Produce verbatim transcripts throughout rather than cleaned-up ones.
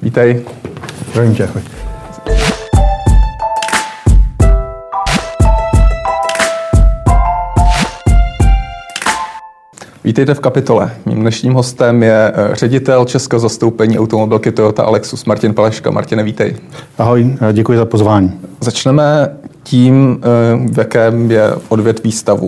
Vítej. Zdravím tě, ahoj. Vítejte v Kapitole. Mým dnešním hostem je ředitel českého zastoupení automobilky Toyota Alexus, Martin Peleška. Martine, vítej. Ahoj, děkuji za pozvání. Začneme tím, v jakém je odvětví stavu.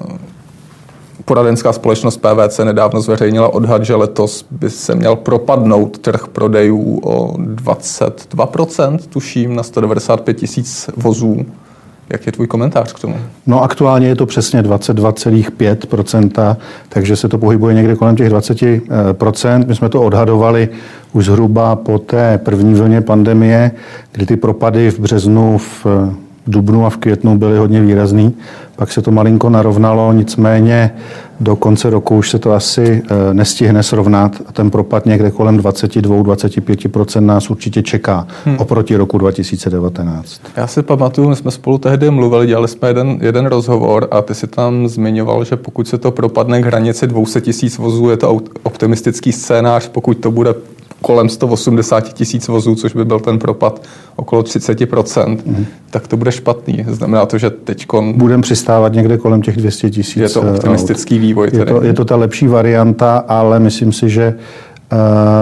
Poradenská společnost P V C nedávno zveřejnila odhad, že letos by se měl propadnout trh prodejů o dvacet dva procent, tuším, na sto devadesát pět tisíc vozů. Jak je tvůj komentář k tomu? No aktuálně je to přesně dvacet dva celá pět procenta, takže se to pohybuje někde kolem těch dvacet procent. My jsme to odhadovali už zhruba po té první vlně pandemie, kdy ty propady v březnu, v dubnu a v květnu byly hodně výrazný. Pak se to malinko narovnalo, nicméně do konce roku už se to asi nestihne srovnat a ten propad někde kolem dvacet dva až dvacet pět procent nás určitě čeká hmm. oproti roku dva tisíce devatenáct. Já si pamatuju, my jsme spolu tehdy mluvili, dělali jsme jeden, jeden rozhovor a ty si tam zmiňoval, že pokud se to propadne k hranici dvě stě tisíc vozů, je to optimistický scénář, pokud to bude kolem sto osmdesát tisíc vozů, což by byl ten propad okolo třicet procent, mm. tak to bude špatný. Znamená to, že teďkon... Budeme přistávat někde kolem těch dvě stě tisíc. Je to optimistický aut. Vývoj. Je to, je to ta lepší varianta, ale myslím si, že uh,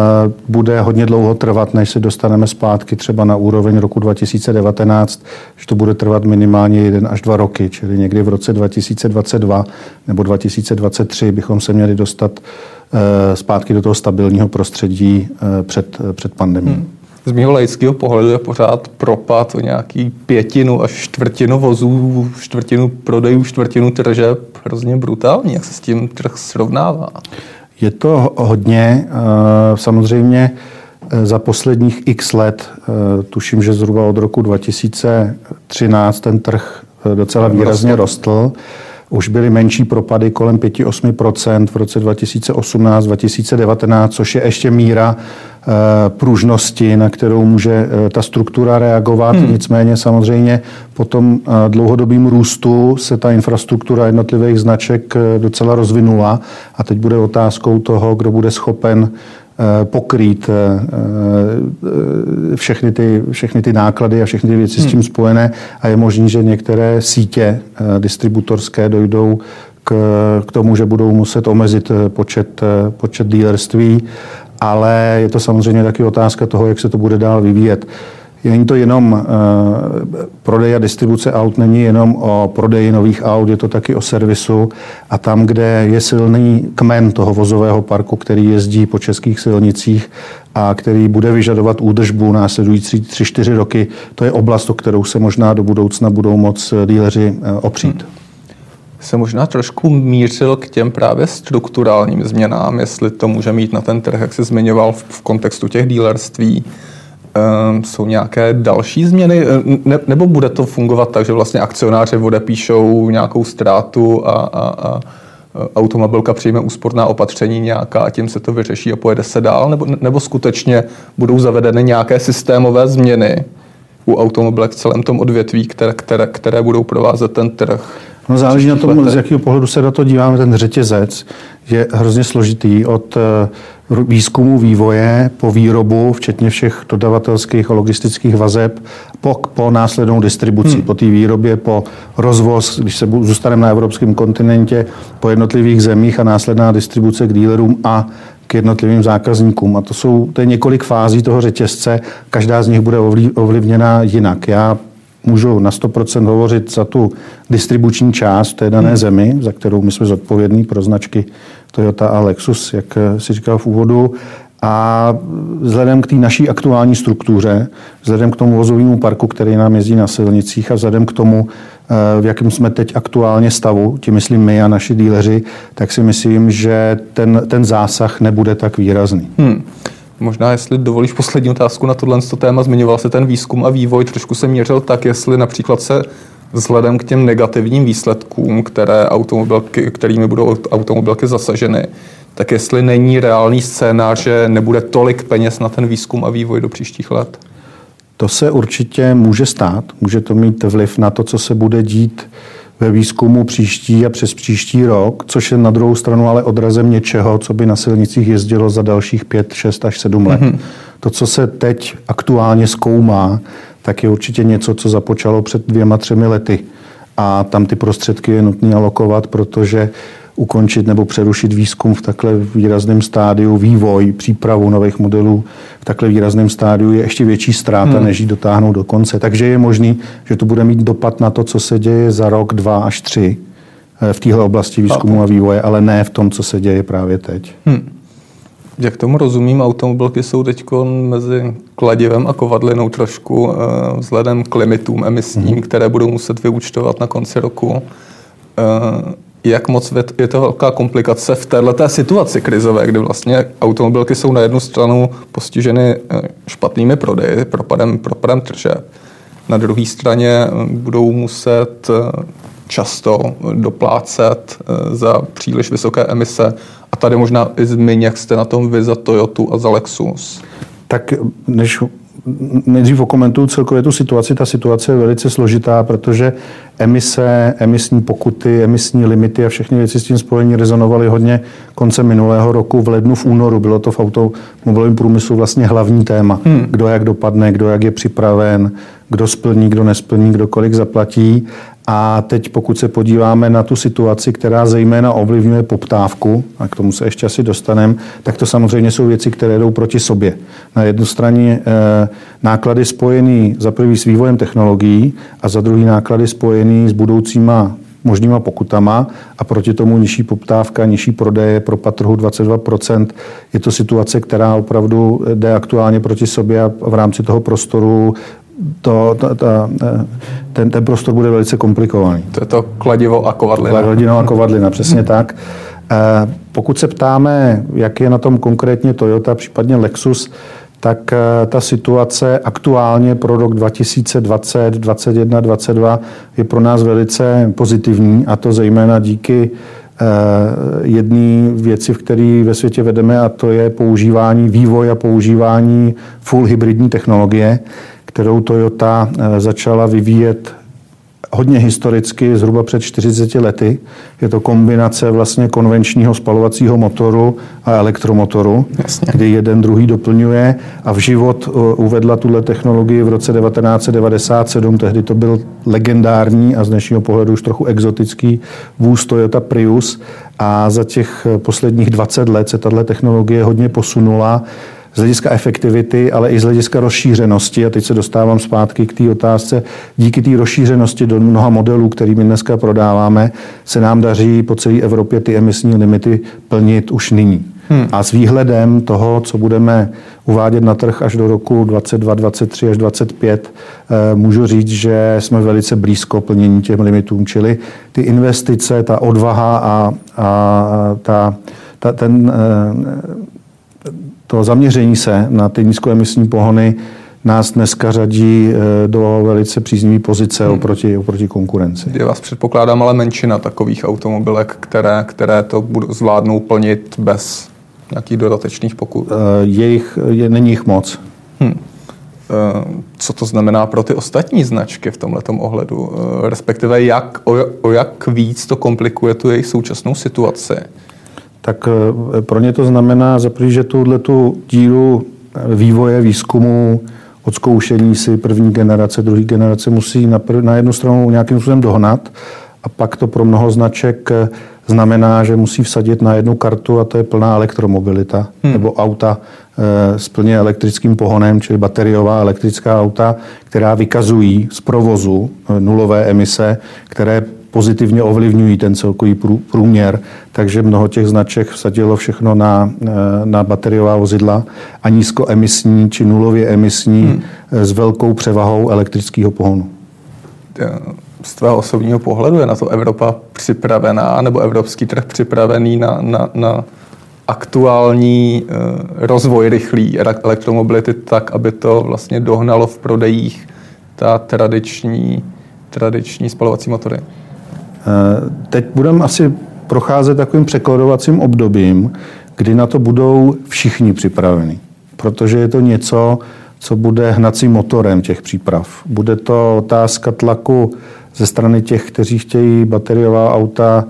bude hodně dlouho trvat, než se dostaneme zpátky třeba na úroveň roku dva tisíce devatenáct, že to bude trvat minimálně jeden až dva roky, čili někdy v roce dva tisíce dvacet dva nebo dva tisíce dvacet tři bychom se měli dostat zpátky do toho stabilního prostředí před, před pandemií. Hmm. Z mého laického pohledu je pořád propad o nějaký pětinu až čtvrtinu vozů, čtvrtinu prodejů, čtvrtinu tržeb hrozně brutální. Jak se s tím trh srovnává? Je to hodně. Samozřejmě za posledních x let, tuším, že zhruba od roku dva tisíce třináct ten trh docela výrazně rostl. Už byly menší propady kolem pět až osm procent v roce dva tisíce osmnáct dva tisíce devatenáct, což je ještě míra e, pružnosti, na kterou může e, ta struktura reagovat. Hmm. Nicméně samozřejmě po tom e, dlouhodobým růstu se ta infrastruktura jednotlivých značek e, docela rozvinula a teď bude otázkou toho, kdo bude schopen pokrýt všechny ty, všechny ty náklady a všechny ty věci hmm. s tím spojené a je možné, že některé sítě distributorské dojdou k, k tomu, že budou muset omezit počet, počet dealerství, ale je to samozřejmě taky otázka toho, jak se to bude dál vyvíjet. Není to jenom uh, prodej a distribuce aut, není jenom o prodeji nových aut, je to taky o servisu a tam, kde je silný kmen toho vozového parku, který jezdí po českých silnicích a který bude vyžadovat údržbu následující tři čtyři roky, to je oblast, o kterou se možná do budoucna budou moc díleři uh, opřít. Hmm. Se možná trošku mířil k těm právě strukturálním změnám, jestli to může mít na ten trh, jak se zmiňoval v, v kontextu těch dílerství. Jsou nějaké další změny, ne, nebo bude to fungovat tak, že vlastně akcionáři odepíšou nějakou ztrátu a, a, a automobilka přijme úsporná opatření nějaká a tím se to vyřeší a pojede se dál, nebo, nebo skutečně budou zavedeny nějaké systémové změny u automobilek v celém tom odvětví, které, které, které budou provázet ten trh? No záleží na tom, z jakého pohledu se na to díváme. Ten řetězec je hrozně složitý od výzkumu, vývoje po výrobu, včetně všech dodavatelských a logistických vazeb, po, po následnou distribuci, hmm. po té výrobě, po rozvoz, když se zůstaneme na evropském kontinentě, po jednotlivých zemích a následná distribuce k dealerům a k jednotlivým zákazníkům. A to jsou to je několik fází toho řetězce, každá z nich bude ovlivněna jinak. Já můžu na sto procent hovořit za tu distribuční část té dané hmm. zemi, za kterou my jsme zodpovědní pro značky Toyota a Lexus, jak si říkal v úvodu. A vzhledem k té naší aktuální struktuře, vzhledem k tomu vozovému parku, který nám jezdí na silnicích a vzhledem k tomu, v jakém jsme teď aktuálně stavu, tím myslím my a naši díleři, tak si myslím, že ten, ten zásah nebude tak výrazný. Hmm. Možná, jestli dovolíš poslední otázku na tohle téma, zmiňoval se ten výzkum a vývoj, trošku se měřil tak, jestli například se vzhledem k těm negativním výsledkům, které automobilky, kterými budou automobilky zasaženy, tak jestli není reálný scénář, že nebude tolik peněz na ten výzkum a vývoj do příštích let? To se určitě může stát. Může to mít vliv na to, co se bude dít ve výzkumu příští a přes příští rok, což je na druhou stranu ale odrazem něčeho, co by na silnicích jezdilo za dalších pět, šest až sedm let. Mm-hmm. To, co se teď aktuálně zkoumá, tak je určitě něco, co započalo před dvěma, třemi lety. A tam ty prostředky je nutné alokovat, protože ukončit nebo přerušit výzkum v takhle výrazném stádiu, vývoj, přípravu nových modelů v takhle výrazném stádiu je ještě větší ztráta, hmm. než ji dotáhnout do konce. Takže je možný, že to bude mít dopad na to, co se děje za rok, dva až tři v téhle oblasti výzkumu a vývoje, ale ne v tom, co se děje právě teď. Hmm. Jak tomu rozumím, automobilky jsou teď mezi kladivem a kovadlinou trošku vzhledem k limitům emisním, hmm. které budou muset vyúčtovat na konci roku. Jak moc je to velká komplikace v této situaci krizové, kdy vlastně automobilky jsou na jednu stranu postiženy špatnými prodeji, propadem, propadem tržeb. Na druhé straně budou muset často doplácet za příliš vysoké emise. A tady možná i zmiň, jak jste na tom vy za Toyotu a za Lexus. Tak než nejdřív okomentuju celkově tu situaci. Ta situace je velice složitá, protože emise, emisní pokuty, emisní limity a všechny věci s tím spojení rezonovaly hodně koncem minulého roku. V lednu, v únoru bylo to v automobilovém průmyslu vlastně hlavní téma. Hmm. Kdo jak dopadne, kdo jak je připraven, kdo splní, kdo nesplní, kdo kolik zaplatí. A teď pokud se podíváme na tu situaci, která zejména ovlivňuje poptávku, a k tomu se ještě asi dostaneme, tak to samozřejmě jsou věci, které jdou proti sobě. Na jednu straně e, náklady spojené za prvý s vývojem technologií a za druhý náklady spojené s budoucíma možnýma pokutama a proti tomu nižší poptávka, nižší prodeje, propad trhu dvacet dva procent. Je to situace, která opravdu jde aktuálně proti sobě a v rámci toho prostoru To, ta, ta, ten, ten prostor bude velice komplikovaný. To je to kladivo a kovadlina. Kladivo a kovadlina, přesně tak. Pokud se ptáme, jak je na tom konkrétně Toyota, případně Lexus, tak ta situace aktuálně pro rok dva tisíce dvacet, dvacet jedna, dvacet dva je pro nás velice pozitivní, a to zejména díky jedné věci, v které ve světě vedeme, a to je používání, vývoj a používání full hybridní technologie, kterou Toyota začala vyvíjet hodně historicky, zhruba před čtyřiceti lety. Je to kombinace vlastně konvenčního spalovacího motoru a elektromotoru, Jasně. kdy jeden druhý doplňuje, a v život uvedla tuhle technologii v roce devatenáct set devadesát sedm. Tehdy to byl legendární a z dnešního pohledu už trochu exotický vůz Toyota Prius, a za těch posledních dvacet let se tato technologie hodně posunula z hlediska efektivity, ale i z hlediska rozšířenosti. A teď se dostávám zpátky k té otázce. Díky té rozšířenosti do mnoha modelů, kterými dneska prodáváme, se nám daří po celé Evropě ty emisní limity plnit už nyní. Hmm. A s výhledem toho, co budeme uvádět na trh až do roku dvacet dva, dvacet tři až dvacet pět, můžu říct, že jsme velice blízko plnění těm limitům. Čili ty investice, ta odvaha a, a ta, ta, ten... To zaměření se na ty nízkoemisní pohony nás dneska řadí do velice příznivé pozice hmm. oproti, oproti konkurenci. Je vás předpokládám ale menšina takových automobilek, které, které to budou zvládnou plnit bez nějakých dodatečných pokut? Jejich, je, není jich moc. Hmm. Co to znamená pro ty ostatní značky v tomhletom ohledu? Respektive jak, o, o jak víc to komplikuje tu jejich současnou situaci? Tak pro ně to znamená zaprvé, že tuhletu díru vývoje, výzkumu, odzkoušení si první generace, druhé generace musí na, prv, na jednu stranu nějakým způsobem dohnat, a pak to pro mnoho značek znamená, že musí vsadit na jednu kartu, a to je plná elektromobilita, hmm. nebo auta e, s plně elektrickým pohonem, čili bateriová elektrická auta, která vykazují z provozu e, nulové emise, které pozitivně ovlivňují ten celkový průměr, takže mnoho těch značek vsadilo všechno na, na bateriová vozidla a nízkoemisní či nulově emisní hmm. s velkou převahou elektrického pohonu. Z tvého osobního pohledu je na to Evropa připravená, nebo evropský trh připravený na, na, na aktuální uh, rozvoj rychlý elektromobility tak, aby to vlastně dohnalo v prodejích ta tradiční, tradiční spalovací motory? Teď budeme asi procházet takovým překladovacím obdobím, kdy na to budou všichni připraveni. Protože je to něco, co bude hnacím motorem těch příprav. Bude to otázka tlaku ze strany těch, kteří chtějí bateriová auta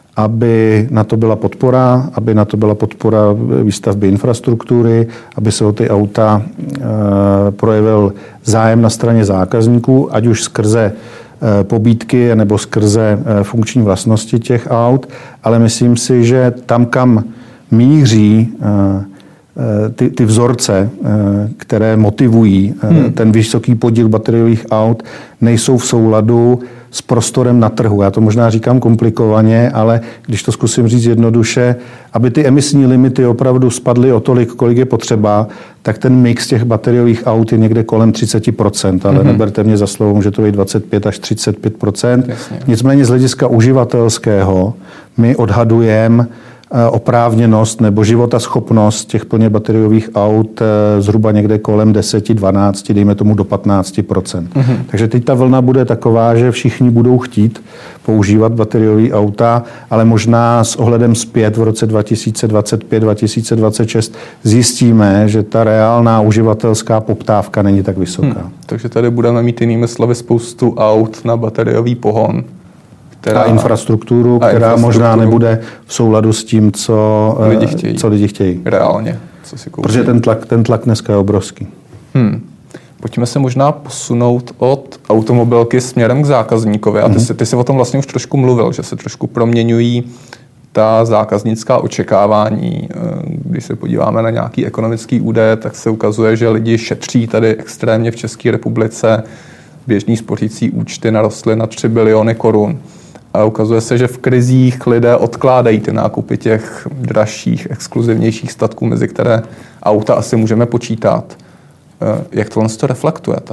aby na to byla podpora, aby na to byla podpora výstavby infrastruktury, aby se o ty auta e, projevil zájem na straně zákazníků, ať už skrze e, pobídky nebo skrze e, funkční vlastnosti těch aut, ale myslím si, že tam, kam míří e, Ty, ty vzorce, které motivují hmm. ten vysoký podíl bateriových aut, nejsou v souladu s prostorem na trhu. Já to možná říkám komplikovaně, ale když to zkusím říct jednoduše, aby ty emisní limity opravdu spadly o tolik, kolik je potřeba, tak ten mix těch bateriových aut je někde kolem třicet procent, ale hmm. neberte mě za slovo, může to být dvacet pět až třicet pět procent. Jasně. Nicméně z hlediska uživatelského my odhadujeme oprávněnost nebo životaschopnost těch plně bateriových aut zhruba někde kolem deset, dvanáct, dejme tomu do patnáct procent. Mm-hmm. Takže teď ta vlna bude taková, že všichni budou chtít používat bateriové auta, ale možná s ohledem zpět v roce dva tisíce dvacet pět dva tisíce dvacet šest zjistíme, že ta reálná uživatelská poptávka není tak vysoká. Hmm. Takže tady budeme mít jinými slovy spoustu aut na bateriový pohon. Která, a infrastrukturu, která a infrastrukturu. možná nebude v souladu s tím, co lidi chtějí. Co lidi chtějí. Reálně. Co si koupí. Protože ten tlak, ten tlak dneska je obrovský. Hmm. Pojďme se možná posunout od automobilky směrem k zákazníkovi. A ty, hmm. jsi, ty jsi o tom vlastně už trošku mluvil, že se trošku proměňují ta zákaznická očekávání. Když se podíváme na nějaký ekonomický údaje, tak se ukazuje, že lidi šetří tady extrémně v České republice. Běžný spořící účty narostly na tři biliony korun. A ukazuje se, že v krizích lidé odkládají ty nákupy těch dražších, exkluzivnějších statků, mezi které auta asi můžeme počítat. Jak tohle to reflektujete?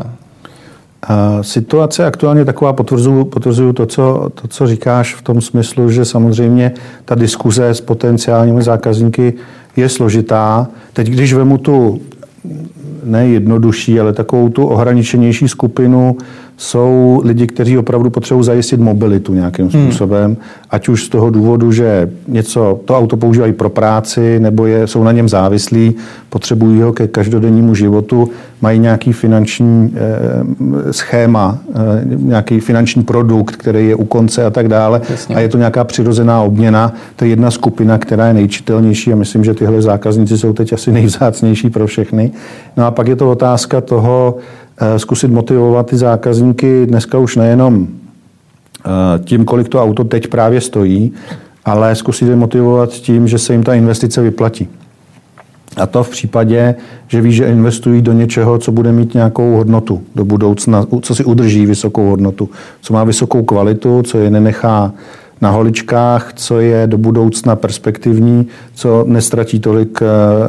Situace aktuálně taková, potvrzuju, potvrzuju to, co, to, co říkáš v tom smyslu, že samozřejmě ta diskuze s potenciálními zákazníky je složitá. Teď, když vemu tu nejednodušší, ale takovou tu ohraničenější skupinu, jsou lidi, kteří opravdu potřebují zajistit mobilitu nějakým způsobem, hmm. ať už z toho důvodu, že něco, to auto používají pro práci, nebo je, jsou na něm závislí, potřebují ho ke každodennímu životu, mají nějaký finanční eh, schéma, eh, nějaký finanční produkt, který je u konce a tak dále. Jasně. A je to nějaká přirozená obměna. To je jedna skupina, která je nejčitelnější a myslím, že tyhle zákazníci jsou teď asi nejvzácnější pro všechny. No a pak je to otázka toho, zkusit motivovat ty zákazníky dneska už nejenom tím, kolik to auto teď právě stojí, ale zkusit je motivovat tím, že se jim ta investice vyplatí. A to v případě, že ví, že investují do něčeho, co bude mít nějakou hodnotu do budoucna, co si udrží vysokou hodnotu, co má vysokou kvalitu, co je nenechá na holičkách, co je do budoucna perspektivní, co nestratí tolik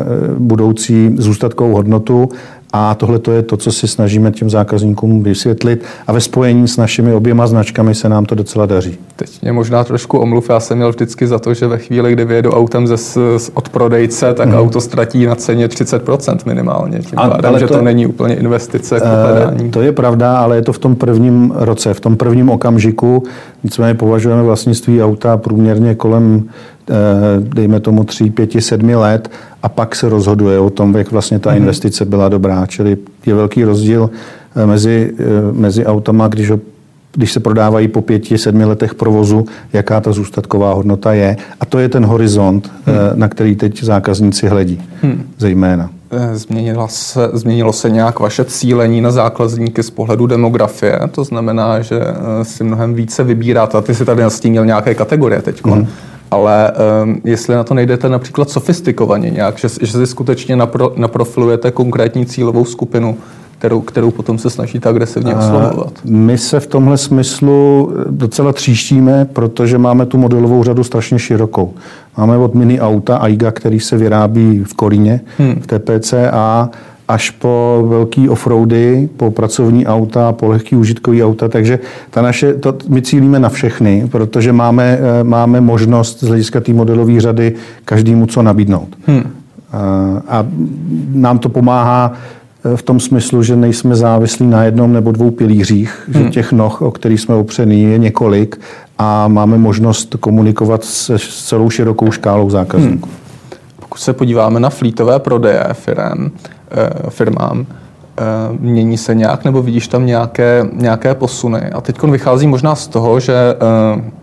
budoucí zůstatkovou hodnotu. A tohle to je to, co si snažíme těm zákazníkům vysvětlit. A ve spojení s našimi oběma značkami se nám to docela daří. Teď mě možná trošku omluv. Já jsem měl vždycky za to, že ve chvíli, kdy vyjedu autem ze, od prodejce, tak mm. auto ztratí na ceně třicet procent minimálně. Tím pádem, že to, to není úplně investice k pohledání. To je pravda, ale je to v tom prvním roce, v tom prvním okamžiku. Nicméně považujeme vlastnictví auta průměrně kolem dejme tomu tři, pěti, sedmi let a pak se rozhoduje o tom, jak vlastně ta investice byla dobrá. Čili je velký rozdíl mezi, mezi autama, když, ho, když se prodávají po pěti, sedmi letech provozu, jaká ta zůstatková hodnota je. A to je ten horizont, hmm. na který teď zákazníci hledí, hmm. zejména. Změnilo se, změnilo se nějak vaše cílení na zákazníky z pohledu demografie? To znamená, že si mnohem více vybíráte. A ty si tady nastínil nějaké kategorie teď. Hmm. Ale um, jestli na to nejdete například sofistikovaně nějak, že, že si skutečně napro, naprofilujete konkrétní cílovou skupinu, kterou, kterou potom se snažíte agresivně oslovovat. My se v tomhle smyslu docela tříštíme, protože máme tu modelovou řadu strašně širokou. Máme od mini auta Aiga, který se vyrábí v Kolíně, hmm. v T P C A, až po velký offroady, po pracovní auta, po lehký užitkový auta, takže ta naše, to, my cílíme na všechny, protože máme, máme možnost z hlediska té modelové řady každému co nabídnout. Hmm. A, a nám to pomáhá v tom smyslu, že nejsme závislí na jednom nebo dvou pilířích, hmm. že těch noh, o kterých jsme opřený, je několik a máme možnost komunikovat se s celou širokou škálou zákazníků. Hmm. Pokud se podíváme na flítové prodeje firem, firmám, mění se nějak, nebo vidíš tam nějaké, nějaké posuny? A teď vychází možná z toho, že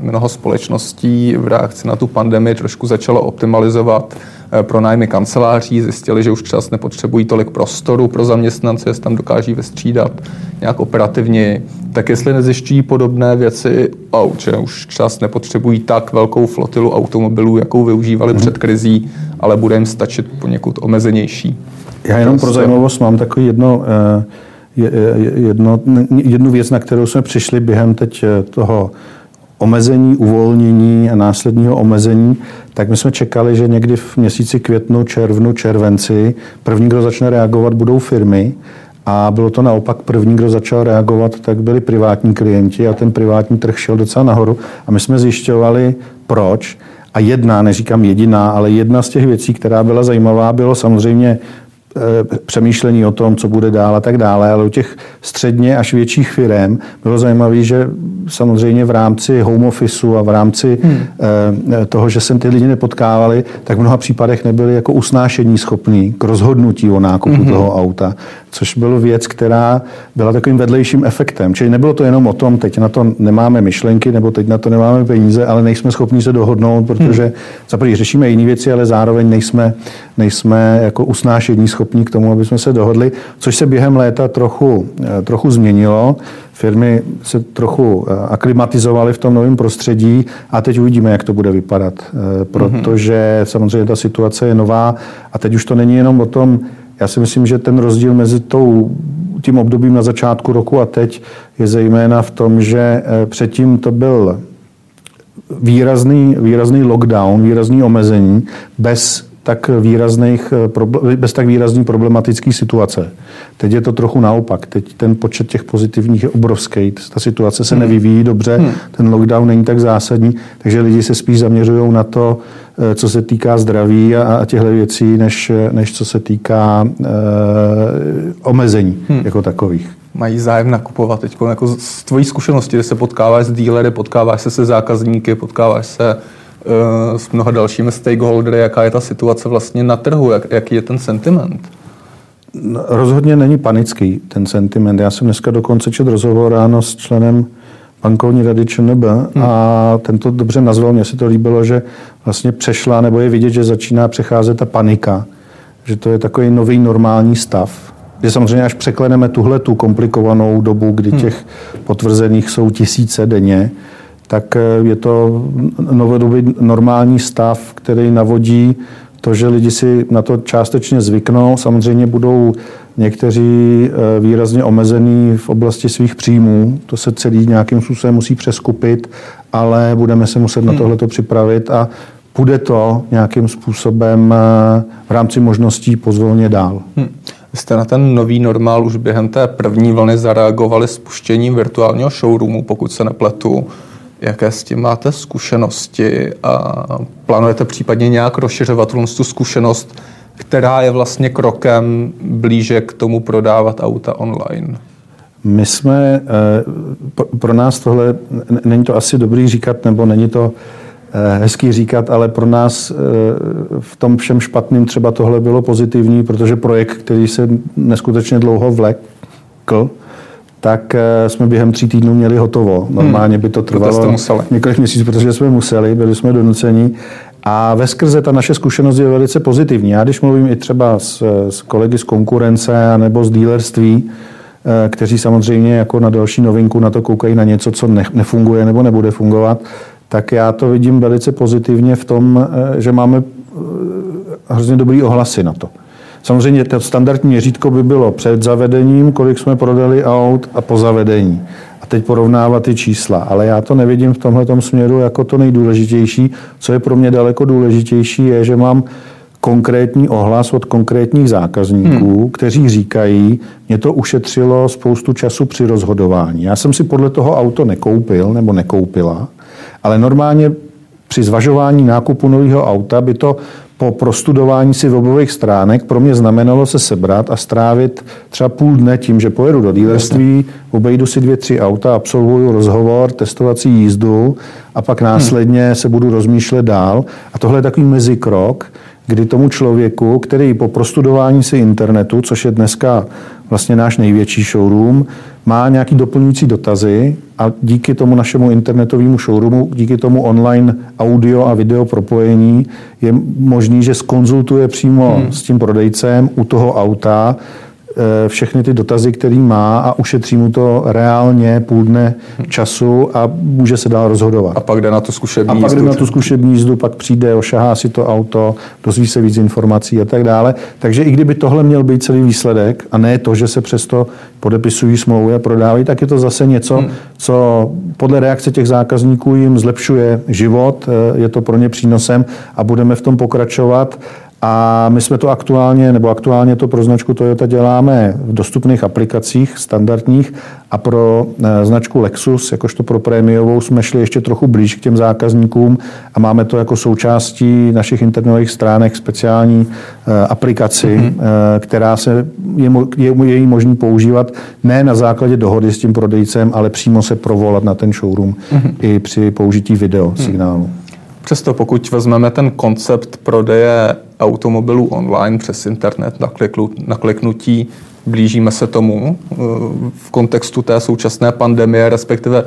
mnoho společností v reakci na tu pandemii trošku začalo optimalizovat pronájmy kanceláří, zjistili, že už čas nepotřebují tolik prostoru pro zaměstnance, jestli tam dokáží vystřídat nějak operativně. Tak jestli nezjišťují podobné věci aut, že už čas nepotřebují tak velkou flotilu automobilů, jakou využívali hmm. před krizí, ale bude jim stačit poněkud omezenější. Já jenom pro zajímavost mám takový jedno, jedno, jednu věc, na kterou jsme přišli během teď toho omezení, uvolnění a následního omezení, tak my jsme čekali, že někdy v měsíci květnu, červnu, červenci první, kdo začne reagovat, budou firmy. A bylo to naopak první, kdo začal reagovat, tak byli privátní klienti a ten privátní trh šel docela nahoru. A my jsme zjišťovali, proč. A jedna, neříkám jediná, ale jedna z těch věcí, která byla zajímavá, bylo samozřejmě přemýšlení o tom, co bude dál a tak dále, ale u těch středně až větších firem bylo zajímavé, že samozřejmě v rámci home officeu a v rámci hmm. toho, že se ty lidi nepotkávali, tak v mnoha případech nebyli jako usnášení schopní k rozhodnutí o nákupu hmm. toho auta, což byla věc, která byla takovým vedlejším efektem. Čili nebylo to jenom o tom, teď na to nemáme myšlenky, nebo teď na to nemáme peníze, ale nejsme schopni se dohodnout, protože hmm. za první řešíme jiné věci, ale zároveň nejsme, nejsme jako usnášení schopní k tomu, aby jsme se dohodli, což se během léta trochu, trochu změnilo. Firmy se trochu aklimatizovaly v tom novém prostředí a teď uvidíme, jak to bude vypadat, protože samozřejmě ta situace je nová a teď už to není jenom o tom, já si myslím, že ten rozdíl mezi tou, tím obdobím na začátku roku a teď je zejména v tom, že předtím to byl výrazný, výrazný lockdown, výrazný omezení bez tak výrazných, bez tak výrazný problematický situace. Teď je to trochu naopak. Teď ten počet těch pozitivních je obrovský. Ta situace se nevyvíjí dobře, hmm. ten lockdown není tak zásadní, takže lidi se spíš zaměřují na to, co se týká zdraví a, a těchto věcí, než, než co se týká eh, omezení hmm. jako takových. Mají zájem nakupovat teď. Jako z tvojí zkušenosti, kde se potkáváš s dealery, potkáváš se se zákazníky, potkáváš se s mnoha dalšími stakeholdery, jaká je ta situace vlastně na trhu, jak, jaký je ten sentiment? No, rozhodně není panický ten sentiment. Já jsem dneska dokonce četl rozhovor ráno s členem bankovní rady ČNB hmm. a ten to dobře nazval, mně se to líbilo, že vlastně přešla, nebo je vidět, že začíná přecházet ta panika, že to je takový nový normální stav. Že samozřejmě až překleneme tuhle tu komplikovanou dobu, kdy hmm. těch potvrzených jsou tisíce denně, tak je to novodobý normální stav, který navodí to, že lidi si na to částečně zvyknou. Samozřejmě budou někteří výrazně omezení v oblasti svých příjmů. To se celý nějakým způsobem musí přeskupit, ale budeme se muset na tohleto připravit a půjde to nějakým způsobem v rámci možností pozvolně dál. Hmm. Vy jste na ten nový normál už během té první vlny zareagovali spuštěním virtuálního showroomu, pokud se nepletu. Jaké s tím máte zkušenosti a plánujete případně nějak rozšiřovat tu zkušenost, která je vlastně krokem blíže k tomu prodávat auta online? My jsme, pro nás tohle, není to asi dobrý říkat, nebo není to hezký říkat, ale pro nás v tom všem špatným třeba tohle bylo pozitivní, protože projekt, který se neskutečně dlouho vlekl, tak jsme během tří týdnů měli hotovo. Normálně by to trvalo několik měsíců, protože jsme museli, byli jsme donuceni. A veskrze ta naše zkušenost je velice pozitivní. Já když mluvím i třeba s, s kolegy z konkurence nebo z dealerství, kteří samozřejmě jako na další novinku na to koukají na něco, co ne, nefunguje nebo nebude fungovat, tak já to vidím velice pozitivně v tom, že máme hrozně dobrý ohlasy na to. Samozřejmě to standardní měřítko by bylo před zavedením, kolik jsme prodali aut a po zavedení. A teď porovnávat ty čísla. Ale já to nevidím v tomhletom směru jako to nejdůležitější. Co je pro mě daleko důležitější, je, že mám konkrétní ohlas od konkrétních zákazníků, hmm. kteří říkají, mě to ušetřilo spoustu času při rozhodování. Já jsem si podle toho auto nekoupil nebo nekoupila, ale normálně při zvažování nákupu nového auta by to po prostudování si webových stránek pro mě znamenalo se sebrat a strávit třeba půl dne tím, že pojedu do dealerství, obejdu si dvě, tři auta, absolvuju rozhovor, testovací jízdu a pak následně se budu rozmýšlet dál. A tohle je takový mezikrok, kdy tomu člověku, který po prostudování si internetu, což je dneska vlastně náš největší showroom, má nějaký doplňující dotazy a díky tomu našemu internetovému showroomu, díky tomu online audio a video propojení je možný, že zkonzultuje přímo hmm. s tím prodejcem u toho auta všechny ty dotazy, který má a ušetří mu to reálně půl dne času a může se dál rozhodovat. A pak jde na tu zkušební jízdu. A pak jde na tu zkušební jízdu, pak přijde, ošahá si to auto, dozví se víc informací a tak dále. Takže i kdyby tohle měl být celý výsledek a ne to, že se přesto podepisují smlouvy a prodávají, tak je to zase něco, hmm. co podle reakce těch zákazníků jim zlepšuje život, je to pro ně přínosem a budeme v tom pokračovat. A my jsme to aktuálně, nebo aktuálně to pro značku Toyota děláme v dostupných aplikacích standardních a pro značku Lexus, jakožto pro prémiovou, jsme šli ještě trochu blíž k těm zákazníkům a máme to jako součástí našich internetových stránek speciální aplikaci, mm-hmm. která se je, je, je jí možný používat ne na základě dohody s tím prodejcem, ale přímo se provolat na ten showroom mm-hmm. i při použití video mm-hmm. signálu. Přesto pokud vezmeme ten koncept prodeje automobilů online přes internet na kliknutí, blížíme se tomu v kontextu té současné pandemie, respektive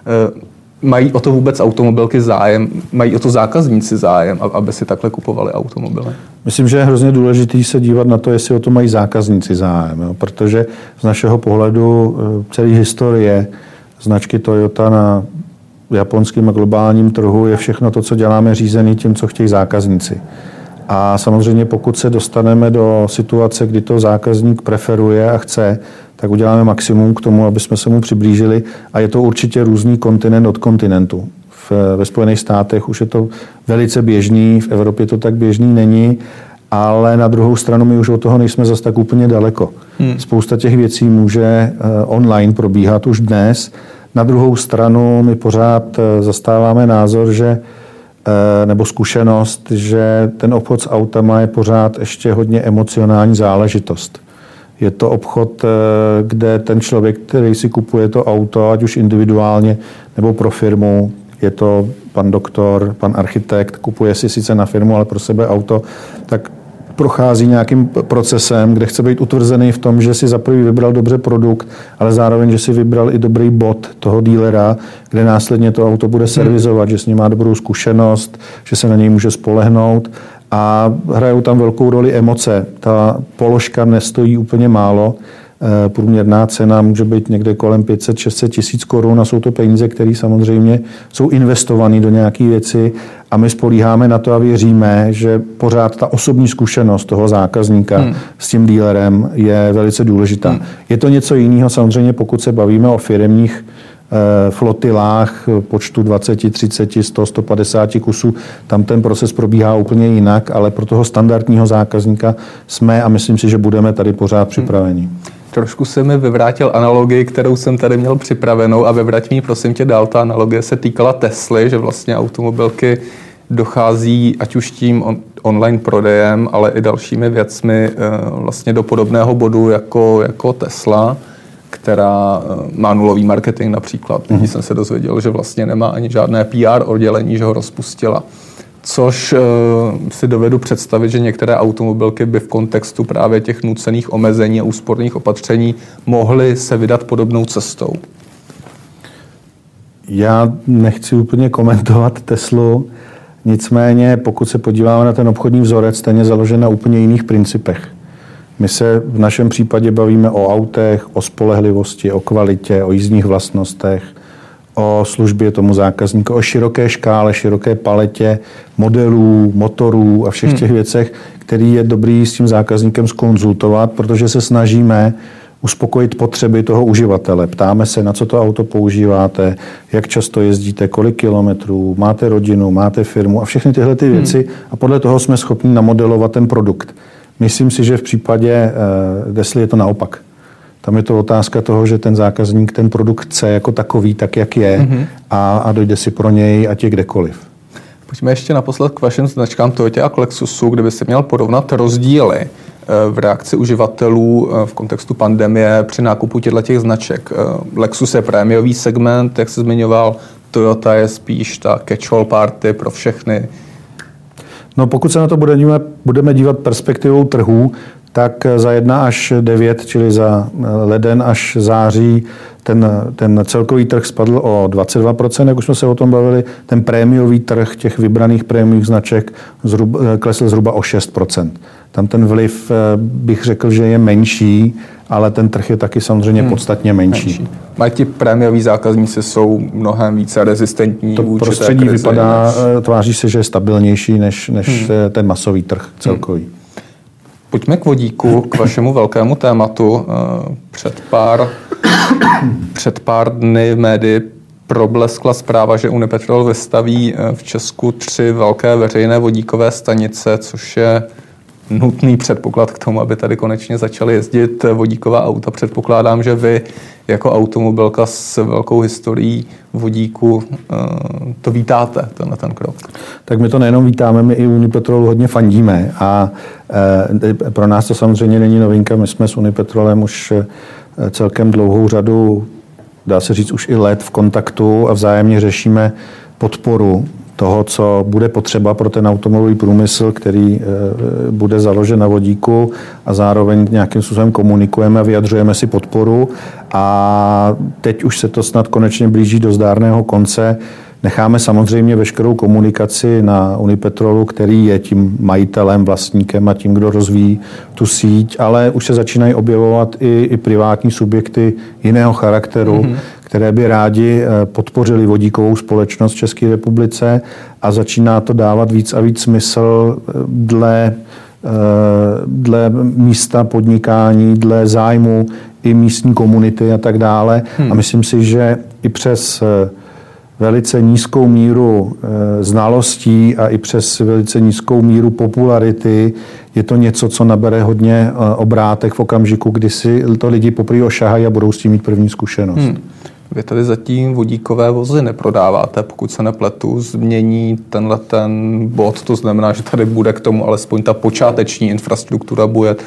mají o to vůbec automobilky zájem, mají o to zákazníci zájem, aby si takhle kupovali automobily? Myslím, že je hrozně důležité se dívat na to, jestli o to mají zákazníci zájem, jo? Protože z našeho pohledu celé historie značky Toyota na japonském a globálním trhu je všechno to, co děláme, řízený tím, co chtějí zákazníci. A samozřejmě pokud se dostaneme do situace, kdy to zákazník preferuje a chce, tak uděláme maximum k tomu, aby jsme se mu přiblížili. A je to určitě různý kontinent od kontinentu. V, ve Spojených státech už je to velice běžný, v Evropě to tak běžný není, ale na druhou stranu my už od toho nejsme zas tak úplně daleko. Hmm. Spousta těch věcí může uh, online probíhat už dnes. Na druhou stranu my pořád zastáváme názor, že, nebo zkušenost, že ten obchod s autama je pořád ještě hodně emocionální záležitost. Je to obchod, kde ten člověk, který si kupuje to auto, ať už individuálně nebo pro firmu, je to pan doktor, pan architekt, kupuje si sice na firmu, ale pro sebe auto, tak prochází nějakým procesem, kde chce být utvrzený v tom, že si za prvý vybral dobře produkt, ale zároveň, že si vybral i dobrý bod toho dílera, kde následně to auto bude servisovat, že s ním má dobrou zkušenost, že se na něj může spolehnout a hrajou tam velkou roli emoce. Ta položka nestojí úplně málo. Průměrná cena může být někde kolem pět set až šest set tisíc korun a jsou to peníze, které samozřejmě jsou investované do nějaké věci a my spolíháme na to a věříme, že pořád ta osobní zkušenost toho zákazníka hmm. s tím dílerem je velice důležitá. Hmm. Je to něco jiného samozřejmě, pokud se bavíme o firemních flotilách počtu dvacet, třicet, sto, sto padesát kusů. Tam ten proces probíhá úplně jinak, ale pro toho standardního zákazníka jsme a myslím si, že budeme tady pořád připraveni. Hmm. Trošku se mi vyvrátil analogii, kterou jsem tady měl připravenou a vyvrať mi prosím tě dál. Ta analogie se týkala Tesly, že vlastně automobilky dochází ať už tím on, online prodejem, ale i dalšími věcmi vlastně do podobného bodu jako, jako Tesla, která má nulový marketing například. Mm-hmm. jsem se dozvěděl, že vlastně nemá ani žádné P R oddělení, že ho rozpustila. Což uh, si dovedu představit, že některé automobilky by v kontextu právě těch nucených omezení a úsporných opatření mohly se vydat podobnou cestou. Já nechci úplně komentovat Teslu, nicméně pokud se podíváme na ten obchodní vzorec, ten je založen na úplně jiných principech. My se v našem případě bavíme o autech, o spolehlivosti, o kvalitě, o jízdních vlastnostech, o službě tomu zákazníku, o široké škále, široké paletě modelů, motorů a všech těch hmm. věcech, který je dobrý s tím zákazníkem zkonzultovat, protože se snažíme uspokojit potřeby toho uživatele. Ptáme se, na co to auto používáte, jak často jezdíte, kolik kilometrů, máte rodinu, máte firmu a všechny tyhle ty věci hmm. a podle toho jsme schopni namodelovat ten produkt. Myslím si, že v případě Tesly je to naopak. Tam je to otázka toho, že ten zákazník ten produkt chce jako takový, tak jak je mm-hmm. a, a dojde si pro něj, ať je kdekoliv. Pojďme ještě naposled k vašim značkám Toyota a k Lexusu, kde byste měl porovnat rozdíly v reakci uživatelů v kontextu pandemie při nákupu těchto značek. Lexus je prémiový segment, jak se zmiňoval, Toyota je spíš ta catch-all party pro všechny. No pokud se na to budeme, budeme dívat perspektivou trhů, tak za jedna až devět, čili za leden až září, ten, ten celkový trh spadl o dvacet dva procent, jak už jsme se o tom bavili. Ten prémiový trh těch vybraných prémiových značek zhruba, klesl zhruba o šest procent. Tam ten vliv bych řekl, že je menší, ale ten trh je taky samozřejmě hmm. podstatně menší. menší. Mají ti prémioví zákazníci jsou mnohem více rezistentní. To prostředí vypadá, než... tváří se, že je stabilnější než, než hmm. ten masový trh celkový. Hmm. Pojďme k vodíku, k vašemu velkému tématu. Před pár, před pár dny v médii probleskla zpráva, že Unipetrol vystaví v Česku tři velké veřejné vodíkové stanice, což je nutný předpoklad k tomu, aby tady konečně začaly jezdit vodíková auta. Předpokládám, že vy jako automobilka s velkou historií vodíku to vítáte, tenhle ten krok. Tak my to nejenom vítáme, my i Unipetrolu hodně fandíme a pro nás to samozřejmě není novinka. My jsme s Unipetrolem už celkem dlouhou řadu, dá se říct už i let v kontaktu a vzájemně řešíme podporu toho, co bude potřeba pro ten automobilový průmysl, který bude založen na vodíku a zároveň nějakým způsobem komunikujeme a vyjadřujeme si podporu. A teď už se to snad konečně blíží do zdárného konce. Necháme samozřejmě veškerou komunikaci na Unipetrolu, který je tím majitelem, vlastníkem a tím, kdo rozvíjí tu síť, ale už se začínají objevovat i, i privátní subjekty jiného charakteru, mm-hmm. které by rádi podpořili vodíkovou společnost v České republice a začíná to dávat víc a víc smysl dle, dle místa podnikání, dle zájmu i místní komunity a tak dále. Hmm. A myslím si, že i přes velice nízkou míru znalostí a i přes velice nízkou míru popularity je to něco, co nabere hodně obrátek v okamžiku, kdy si to lidi poprvé ošahají a budou s tím mít první zkušenost. Hmm. Vy tady zatím vodíkové vozy neprodáváte, pokud se nepletu, změní tenhle ten bod, to znamená, že tady bude k tomu alespoň ta počáteční infrastruktura bude.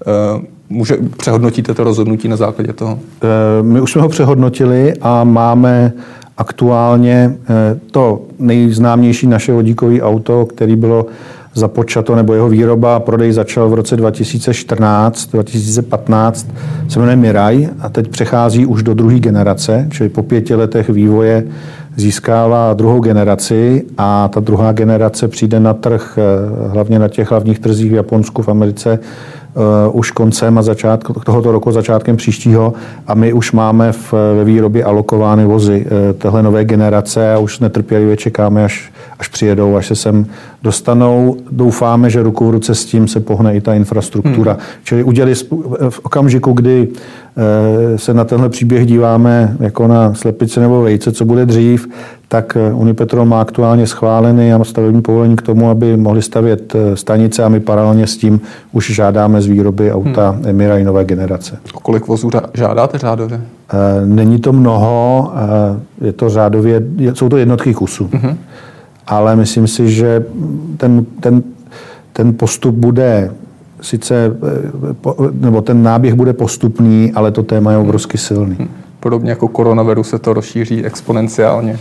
Může, přehodnotíte to rozhodnutí na základě toho? My už jsme ho přehodnotili a máme aktuálně to nejznámější naše vodíkové auto, který bylo započato, nebo jeho výroba a prodej začal v roce dva tisíce čtrnáct, dva tisíce patnáct, se jmenuje Mirai a teď přechází už do druhé generace, čili po pěti letech vývoje získává druhou generaci a ta druhá generace přijde na trh, hlavně na těch hlavních trzích v Japonsku, v Americe, Uh, už koncem a začátku tohoto roku, začátkem příštího a my už máme v, ve výrobě alokovány vozy uh, téhle nové generace a už netrpělivě čekáme, až, až přijedou, až se sem dostanou. Doufáme, že ruku v ruce s tím se pohne i ta infrastruktura. Hmm. Čili udělali v okamžiku, kdy uh, se na tenhle příběh díváme jako na slepice nebo vejce, co bude dřív, tak Unipetrol má aktuálně schválený a stavební povolení k tomu, aby mohli stavět stanice a my paralelně s tím už žádáme z výroby auta hmm. Mirai nové generace. O kolik vozů žádáte řádově? Není to mnoho, je to řádově, jsou to jednotky kusů. Hmm. Ale myslím si, že ten, ten, ten postup bude sice, nebo ten náběh bude postupný, ale to téma je obrovsky silný. Hmm. Podobně jako koronavirus se to rozšíří exponenciálně.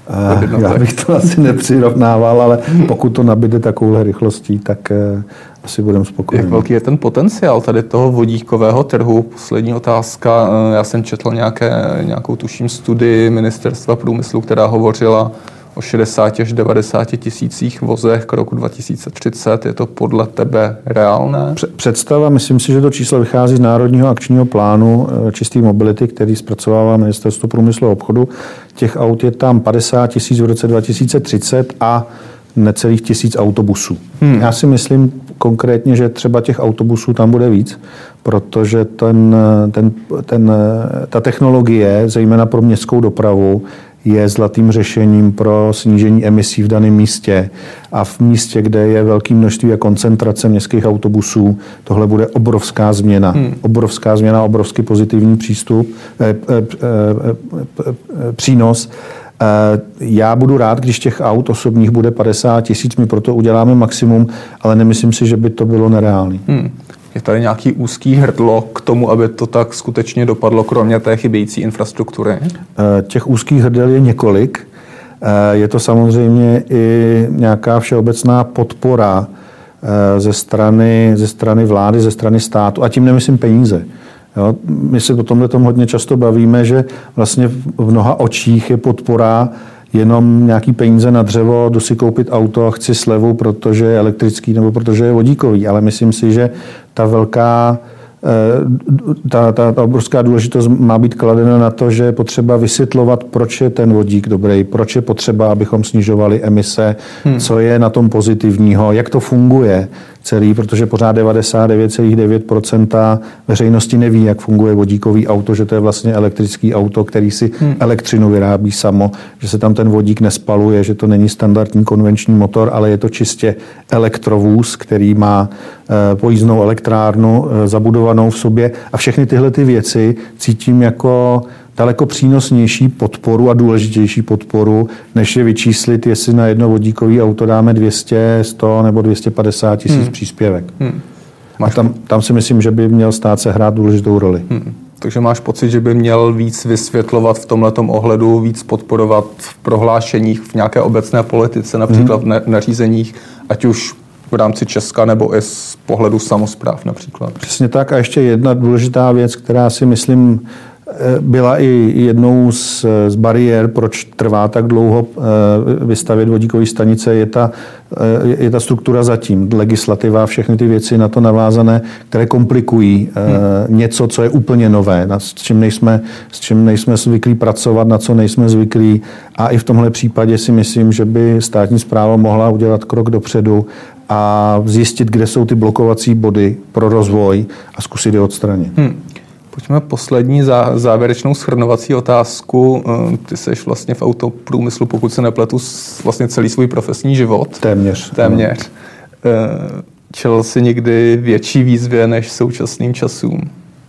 Já bych to asi nepřirovnával, ale pokud to nabíde takovouhle rychlostí, tak asi budeme spokojeni. Jak velký je ten potenciál tady toho vodíkového trhu? Poslední otázka. Já jsem četl nějaké, nějakou tuším studii Ministerstva průmyslu, která hovořila o šedesát až devadesát tisících vozech k roku dva tisíce třicet. Je to podle tebe reálné? Představa, myslím si, že to číslo vychází z Národního akčního plánu čisté mobility, který zpracovává Ministerstvo průmyslu a obchodu. Těch aut je tam padesát tisíc v roce dva tisíce třicet a necelých tisíc autobusů. Hmm. Já si myslím konkrétně, že třeba těch autobusů tam bude víc, protože ten, ten, ten, ta technologie, zejména pro městskou dopravu, je zlatým řešením pro snížení emisí v daném místě. A v místě, kde je velké množství a koncentrace městských autobusů, tohle bude obrovská změna. Hmm. Obrovská změna, obrovský pozitivní přístup, eh, eh, eh, eh, přínos. Eh, já budu rád, když těch aut osobních bude padesát tisíc, my proto uděláme maximum, ale nemyslím si, že by to bylo nereálné. Hmm. Je tady nějaký úzký hrdlo k tomu, aby to tak skutečně dopadlo, kromě té chybějící infrastruktury? Těch úzkých hrdel je několik. Je to samozřejmě i nějaká všeobecná podpora ze strany, ze strany vlády, ze strany státu. A tím nemyslím peníze. Jo? My se o tomhle tom hodně často bavíme, že vlastně v mnoha očích je podpora jenom nějaký peníze na dřevo, jdu si koupit auto, chci slevu, protože je elektrický nebo protože je vodíkový. Ale myslím si, že ta velká Ta, ta, ta obrovská důležitost má být kladena na to, že je potřeba vysvětlovat, proč je ten vodík dobrý, proč je potřeba, abychom snižovali emise, hmm. co je na tom pozitivního, jak to funguje celý, protože pořád devadesát devět celá devět procent veřejnosti neví, jak funguje vodíkový auto, že to je vlastně elektrický auto, který si hmm. elektřinu vyrábí samo, že se tam ten vodík nespaluje, že to není standardní konvenční motor, ale je to čistě elektrovůz, který má pojízdnou elektrárnu zabudovanou v sobě a všechny tyhle ty věci cítím jako daleko přínosnější podporu a důležitější podporu, než je vyčíslit, jestli na jedno vodíkový auto dáme dvě stě, sto nebo dvě stě padesát tisíc hmm. příspěvek. Hmm. A tam, tam si myslím, že by měl stát se hrát důležitou roli. Hmm. Takže máš pocit, že by měl víc vysvětlovat v tomhletom ohledu, víc podporovat v prohlášeních, v nějaké obecné politice, například hmm. v nařízeních, ať už v rámci Česka nebo i z pohledu samospráv například. Přesně tak. A ještě jedna důležitá věc, která si myslím byla i jednou z, z bariér, proč trvá tak dlouho vystavět vodíkové stanice, je ta, je ta struktura zatím, legislativa, všechny ty věci na to navázané, které komplikují hmm. něco, co je úplně nové, s čím nejsme, s čím nejsme zvyklí pracovat, na co nejsme zvyklí. A i v tomhle případě si myslím, že by státní správa mohla udělat krok dopředu a zjistit, kde jsou ty blokovací body pro rozvoj a zkusit je odstranit. Hmm. Pojďme poslední zá, závěrečnou shrnovací otázku. Ty seš vlastně v autoprůmyslu, pokud se nepletu, vlastně celý svůj profesní život. Téměř. Téměř. No. Čelil jsi někdy větší výzvě než současným časům?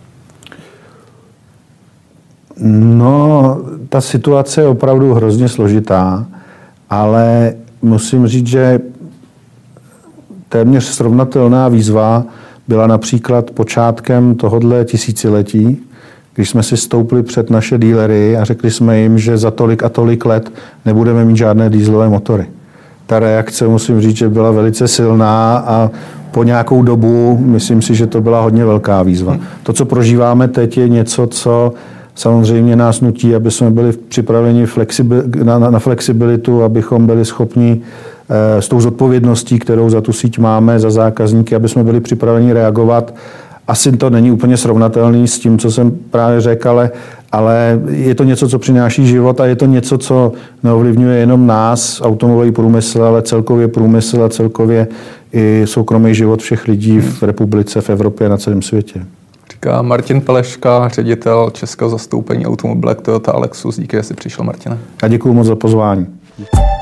No, ta situace je opravdu hrozně složitá, ale musím říct, že téměř srovnatelná výzva byla například počátkem tohodle tisíciletí, když jsme si stoupli před naše dílery a řekli jsme jim, že za tolik a tolik let nebudeme mít žádné dieselové motory. Ta reakce, musím říct, že byla velice silná a po nějakou dobu, myslím si, že to byla hodně velká výzva. To, co prožíváme teď, je něco, co samozřejmě nás nutí, aby jsme byli připraveni flexibil- na, na flexibilitu, abychom byli schopni s tou zodpovědností, kterou za tu síť máme, za zákazníky, aby jsme byli připraveni reagovat. Asi to není úplně srovnatelný s tím, co jsem právě řekl, ale, ale je to něco, co přináší život a je to něco, co neovlivňuje jenom nás, automobilový průmysl, ale celkově průmysl a celkově i soukromý život všech lidí v republice, v Evropě a na celém světě. Říká Martin Peleška, ředitel českého zastoupení Automobilek Toyota a Lexus. Díky, že jsi přišel, Martine. A děkuji moc za pozvání.